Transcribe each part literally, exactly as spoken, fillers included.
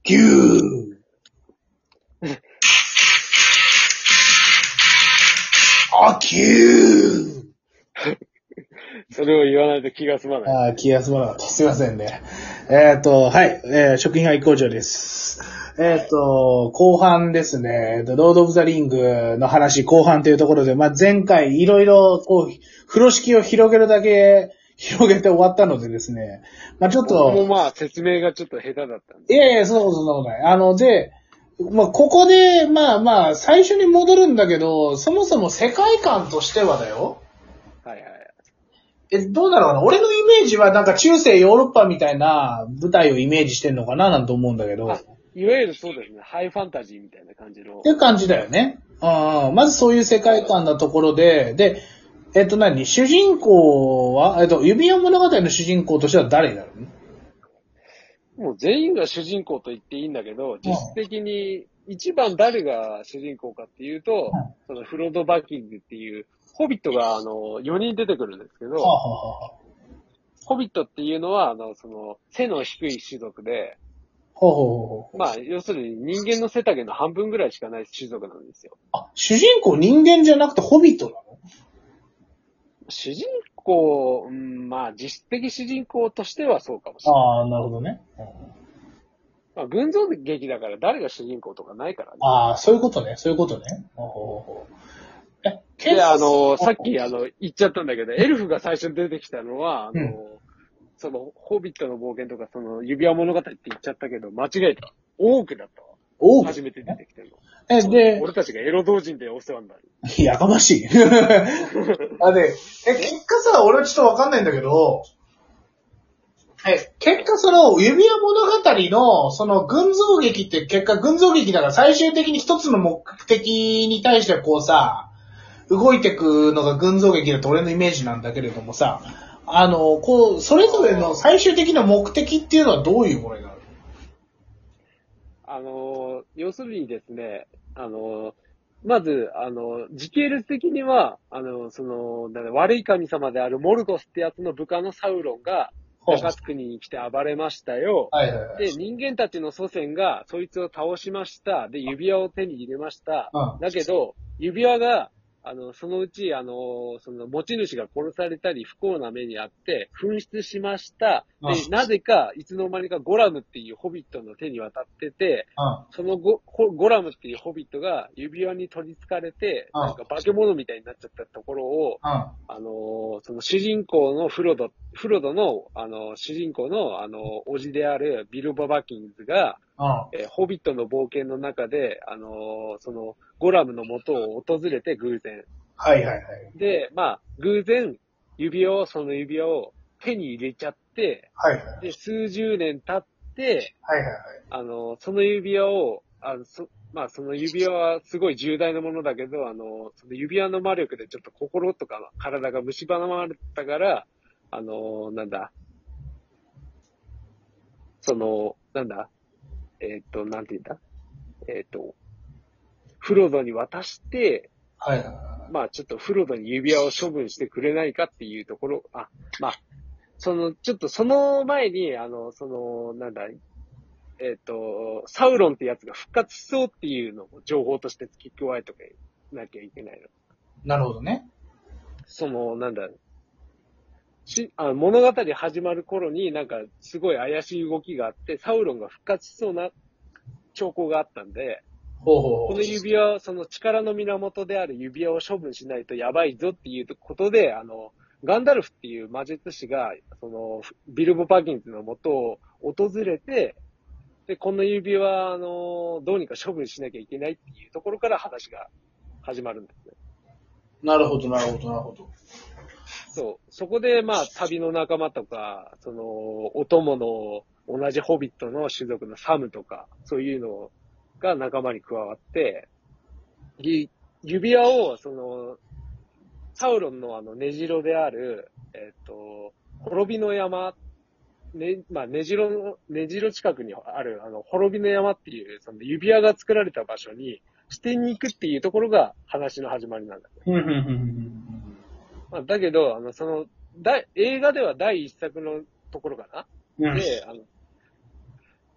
ギューあ、キューそれを言わないと気が済まない。 ああ、気が済まなかった。すいませんね。えっ、ー、と、はい、えー、食品愛工場です。えっ、ー、と、後半ですね、ロード・オブ・ザ・リングの話、後半というところで、まあ、前回いろいろ、こう、風呂敷を広げるだけ広げて終わったのでですね、まあ、ちょっと。 僕もまあ、説明がちょっと下手だったんで。 いやいや、そんなことそんなことない。あの、で、まあ、ここで、まあまあ、最初に戻るんだけど、そもそも世界観としてはだよ。 はいはい。 え、どうなのかな？俺のイメージはなんか中世ヨーロッパみたいな舞台をイメージしてんのかななんて思うんだけど。 あ、いわゆるそうですね。ハイファンタジーみたいな感じの。 っていう感じだよね。ああ、まずそういう世界観なところで、で、えっと何主人公は、えっと、指輪物語の主人公としては誰になるの？ もう全員が主人公と言っていいんだけど、実質的に一番誰が主人公かっていうと、うん、そのフロード・バッキングっていう、ホビットがあの、よにん出てくるんですけど、はあはあ、ホビットっていうのは、あの、その、背の低い種族で、 ほうほうほうまあ、要するに人間の背丈の半分ぐらいしかない種族なんですよ。 あ、主人公人間じゃなくてホビットなの？ 主人公、うん、まあ、実質的主人公としてはそうかもしれない。 ああ、なるほどね。うん、 まあ、群像劇だから誰が主人公とかないからね。 ああ、そういうことね。そういうことね。ほうほうほうえ、で、あの、さっき、あの、言っちゃったんだけど、エルフが最初に出てきたのは、あの、うん、その、ホビットの冒険とか、その、指輪物語って言っちゃったけど、間違えた。オークだったわ。オーク初めて出てきたの。え、で、俺たちがエロ同人でお世話になる。 やかましい。あ、で、え、結果さ、俺はちょっとわかんないんだけど、え、結果その、指輪物語の、その、群像劇って結果群像劇だから最終的に一つの目的に対してこうさ、動いていくのが群像劇だと俺のイメージなんだけれどもさ、あの、こう、それぞれの最終的な目的っていうのはどういうものになる？ あの、要するにですね、あの、まず、あの、時系列的には、あの、その、悪い神様であるモルゴスってやつの部下のサウロンが、中津国に来て暴れましたよ。はいはいはい、で、人間たちの祖先がそいつを倒しました。で、指輪を手に入れました。だけど、指輪が、あの、そのうち、あの、その持ち主が殺されたり不幸な目にあって、紛失しました。で、なぜか、いつの間にかゴラムっていうホビットの手に渡ってて、そのゴゴラムっていうホビットが指輪に取り憑かれて、なんか化け物みたいになっちゃったところを、あの、その主人公のフロド、フロドの、あの、主人公の、あの、叔父であるビルボ・バキンズが、えー、ホビットの冒険の中で、あのー、その、ゴラムの元を訪れて偶然。 はいはいはい。 で、まあ、偶然、指輪を、その指輪を手に入れちゃって、 はいはい。 で、数十年経って、 はいはいはい。 あのー、その指輪を、あの、そ、まあ、その指輪はすごい重大なものだけど、あのー、その指輪の魔力でちょっと心とか体が蝕まれたから、あのー、なんだ、その、なんだ、えっと、なんて言うんだえっと、フロドに渡して、 はいはいはい。 まあちょっとフロドに指輪を処分してくれないかっていうところ、あ、まあ、その、ちょっとその前に、あの、その、なんだ、えっと、サウロンってやつが復活しそうっていうのを情報として付け加えとかなきゃいけないの。 なるほどね。 その、なんだ、しあ物語始まる頃になんかすごい怪しい動きがあって、サウロンが復活しそうな兆候があったんで、 ほうほうほうこの指輪、その力の源である指輪を処分しないとやばいぞっていうことで、あの、ガンダルフっていう魔術師が、その、ビルボ・パギンズの元を訪れて、で、この指輪、あの、どうにか処分しなきゃいけないっていうところから話が始まるんですね。 なるほど、なるほど、なるほど。 そう。そこで、まあ、旅の仲間とか、その、お供の同じホビットの種族のサムとか、そういうのが仲間に加わって、指輪を、その、サウロンのあの、根城である、えっと、滅びの山、ね、まあ、根城の、根城近くにある、あの、滅びの山っていう、その指輪が作られた場所に、捨てに行くっていうところが話の始まりなんだ。まあ、だけど、あの、その、だ、映画では第一作のところかな、うん、で、あの、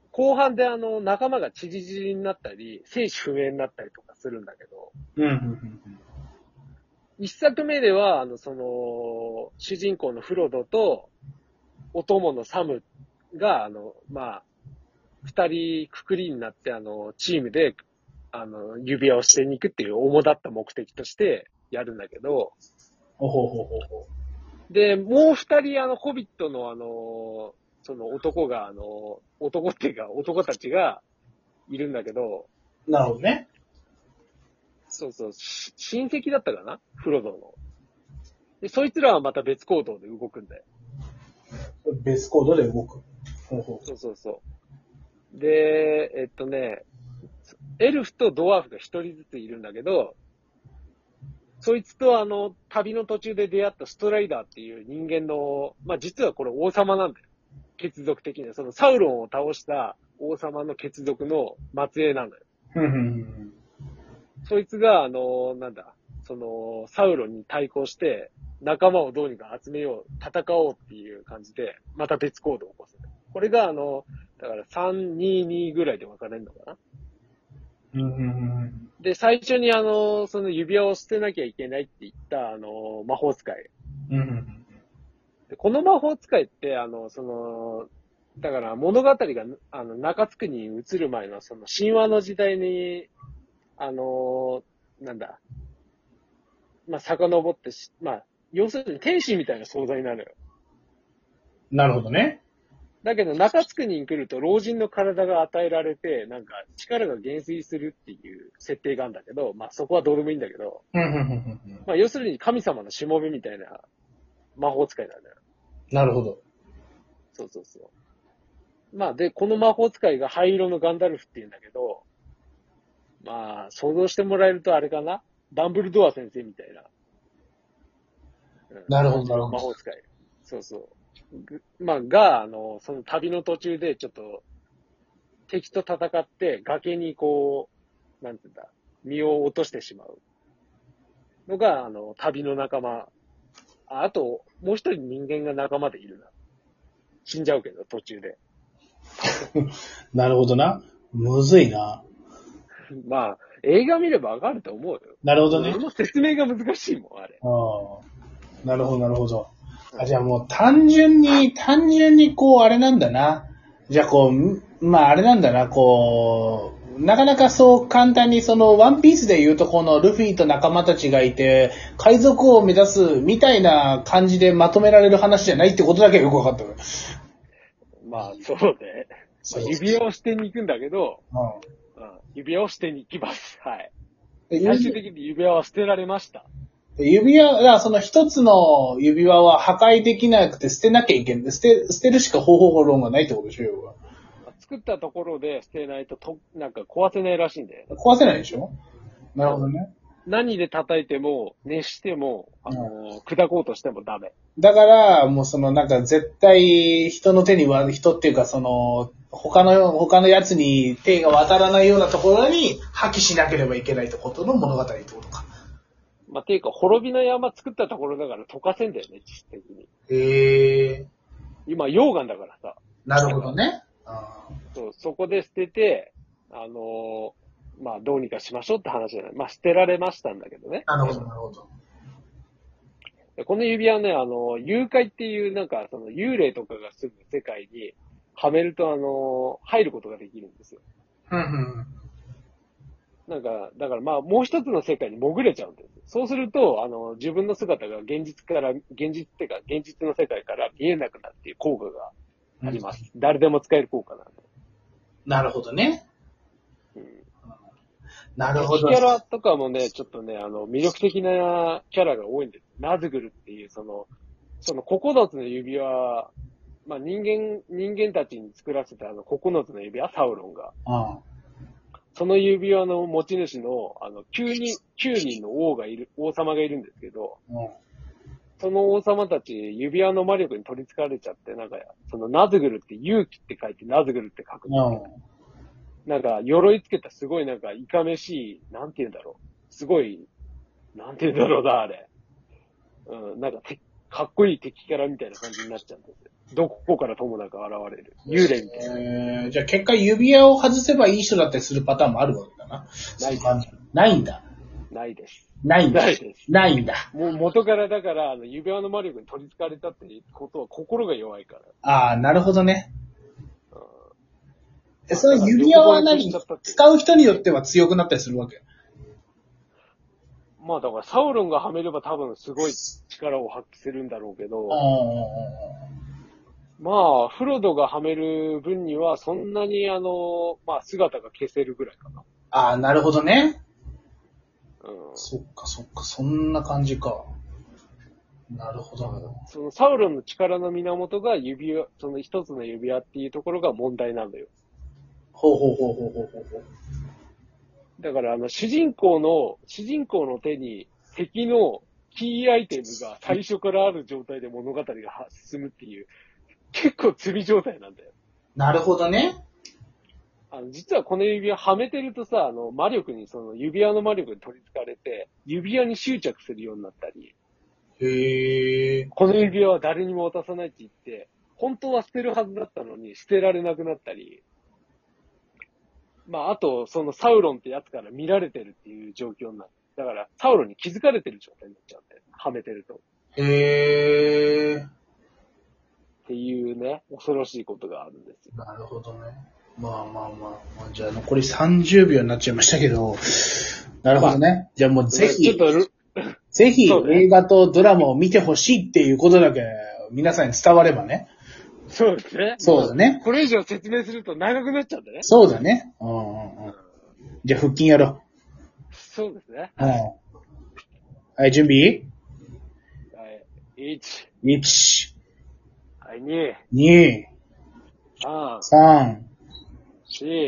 後半であの、仲間が散り散りになったり、生死不明になったりとかするんだけど、 うん、うん、うん。 一作目では、あの、その、主人公のフロドと、お供のサムが、あの、まあ、二人くくりになって、あの、チームで、あの、指輪をしてに行くっていう主だった目的としてやるんだけど、 ほほほほほ。 で、もう二人、あの、ホビットのあの、その男が、あの、男っていうか男たちがいるんだけど、 なるほどね。 そうそう、し親戚だったかなフロドの。で、そいつらはまた別行動で動くんだよ。 別コードで動く。ほうほそうそうそう。で、えっとね、エルフとドワーフが一人ずついるんだけど、そいつとあの、旅の途中で出会ったストライダーっていう人間の、まあ、実はこれ王様なんだよ。血族的に。そのサウロンを倒した王様の血族の末裔なんだよ。 う。うん、うん、うん。 そいつが、あの、なんだ、その、サウロンに対抗して、仲間をどうにか集めよう、戦おうっていう感じで、また別行動を起こす。これが、あの、だからさんににぐらいで分かれるのかな。 うん、うん、うん。 で、最初にあの、その指輪を捨てなきゃいけないって言った、あの、魔法使い。 うん、うん。 でこの魔法使いって、あの、その、だから物語が、あの、中津国に移る前の、その神話の時代に、あの、なんだ、まあ、遡ってし、まあ、要するに天使みたいな存在なのよ。 なるほどね。 だけど、中津国に来ると老人の体が与えられて、なんか力が減衰するっていう設定があるんだけど、まあそこはどうでもいいんだけど、 うん、うん、うん、うん。 まあ要するに神様のしもべみたいな魔法使いなんだよ。 なるほど。 そうそうそう。まあで、この魔法使いが灰色のガンダルフっていうんだけど、まあ想像してもらえるとあれかなダンブルドア先生みたいな。うん、 なるほど、なるほど。 魔法使い。そうそう。まあ、が、あの、その旅の途中でちょっと、敵と戦って崖にこう、なんていうんだ、身を落としてしまうのが、あの、旅の仲間。ああと、もう一人人間が仲間でいるな。死んじゃうけど、途中で。 なるほどな。むずいな。 まあ、映画見ればわかると思うよ。 なるほどね。 俺も説明が難しいもん、あれ。 ああ。なるほど、なるほど。あ、じゃあもう単純に、単純にこう、あれなんだな。じゃあこう、まああれなんだな、こう、なかなかそう簡単にそのワンピースで言うとこのルフィと仲間たちがいて、海賊王を目指すみたいな感じでまとめられる話じゃないってことだけよくわかった。 まあ、そうね。まあ、 そう指輪を捨てに行くんだけど、 ううん、指輪を捨てに行きます。はい。 ん。 最終的に指輪は捨てられました。 指輪が、その一つの指輪は破壊できなくて捨てなきゃいけない。捨て、捨てるしか方法論がないってことでしょ、要は。 作ったところで捨てないと、と、なんか壊せないらしいんで。 壊せないでしょ。なるほどね。 何で叩いても、熱しても、あのー、砕こうとしてもダメ。 だから、もうそのなんか絶対人の手には、人っていうかその、他の、他のやつに手が渡らないようなところに破棄しなければいけないってことの物語ってことか。 まあ、ていうか、滅びの山作ったところだから溶かせんだよね、実質的に。 へえ。 今、溶岩だからさ。 なるほどね。あそう、そこで捨てて、あのー、まあ、どうにかしましょうって話じゃない。まあ、捨てられましたんだけどね。 なるほど、なるほど。 でこの指輪ね、あの、誘拐っていう、なんか、その、幽霊とかが住む世界に、はめると、あの、入ることができるんですよ。 うんうん。 なんか、だからまあ、もう一つの世界に潜れちゃうんです。そうすると、あの、自分の姿が現実から、現実っていうか、現実の世界から見えなくなるっていう効果があります。うん、誰でも使える効果なんで。 なるほどね。 うん、 なるほど。 キャラとかもね、ちょっとね、あの、魅力的なキャラが多いんです。ナズグルっていう、その、そのここのつの指輪、まあ人間、人間たちに作らせたあのここのつの指輪、サウロンが。 ああその指輪の持ち主の、あの、きゅうにん、きゅうにんの王がいる、王様がいるんですけど、 うん、 その王様たち、指輪の魔力に取り憑かれちゃって、なんか、そのナズグルって勇気って書いてナズグルって書くんですけど、うん、なんか、鎧つけたすごいなんか、いかめしい、なんて言うんだろう。すごい、なんて言うんだろうな、あれ。うん、なんかて、かっこいい敵キャラみたいな感じになっちゃうんですよ。 どこからともなく現れる。幽霊みたいな。 えー、じゃあ結果指輪を外せばいい人だったりするパターンもあるわけだな。 ないです。 ないんだ。 ないです。 ないんだ。 ないです。 ないんだ。 もう元からだから、あの、指輪の魔力に取り憑かれたってことは心が弱いから。 ああ、なるほどね。 うん、 え、その指輪は何使う人によっては強くなったりするわけ？ まあだからサウロンがはめれば多分すごい力を発揮するんだろうけど、まあ、フロドがはめる分にはそんなにあの、まあ姿が消せるぐらいかな。 ああ、なるほどね。 うん。 そっかそっか、そんな感じか。なるほど、ね。 そのサウロンの力の源が指輪、その一つの指輪っていうところが問題なんだよ。 ほうほうほうほうほうほう。 だからあの、主人公の、主人公の手に敵のキーアイテムが最初からある状態で物語が進むっていう、結構罪状態なんだよ。 なるほどね。 あの、実はこの指輪はめてるとさ、あの、魔力に、その指輪の魔力に取り憑かれて、指輪に執着するようになったり、 へー。 この指輪は誰にも渡さないって言って、本当は捨てるはずだったのに捨てられなくなったり、まあ、あと、そのサウロンってやつから見られてるっていう状況になる。だから、サウロンに気づかれてる状態になっちゃうんだよ。はめてると。 へー。 っていうね、恐ろしいことがあるんですよ。 なるほどね。まあまあまあ、まあ、じゃあ残りさんじゅうびょうになっちゃいましたけど、なるほどね。まあ、じゃあもうぜひ、 ちょっとぜひ映画とドラマを見てほしいっていうことだけ皆さんに伝わればね。 そうですね。 そうだね。 これ以上説明すると長くなっちゃうんだね。 そうだね。うんうんうん。じゃあ腹筋やろう。そうですね。 うん。はい、準備？ はい。いち。 いち。 はい、に。 に。 さん。 さん。 し。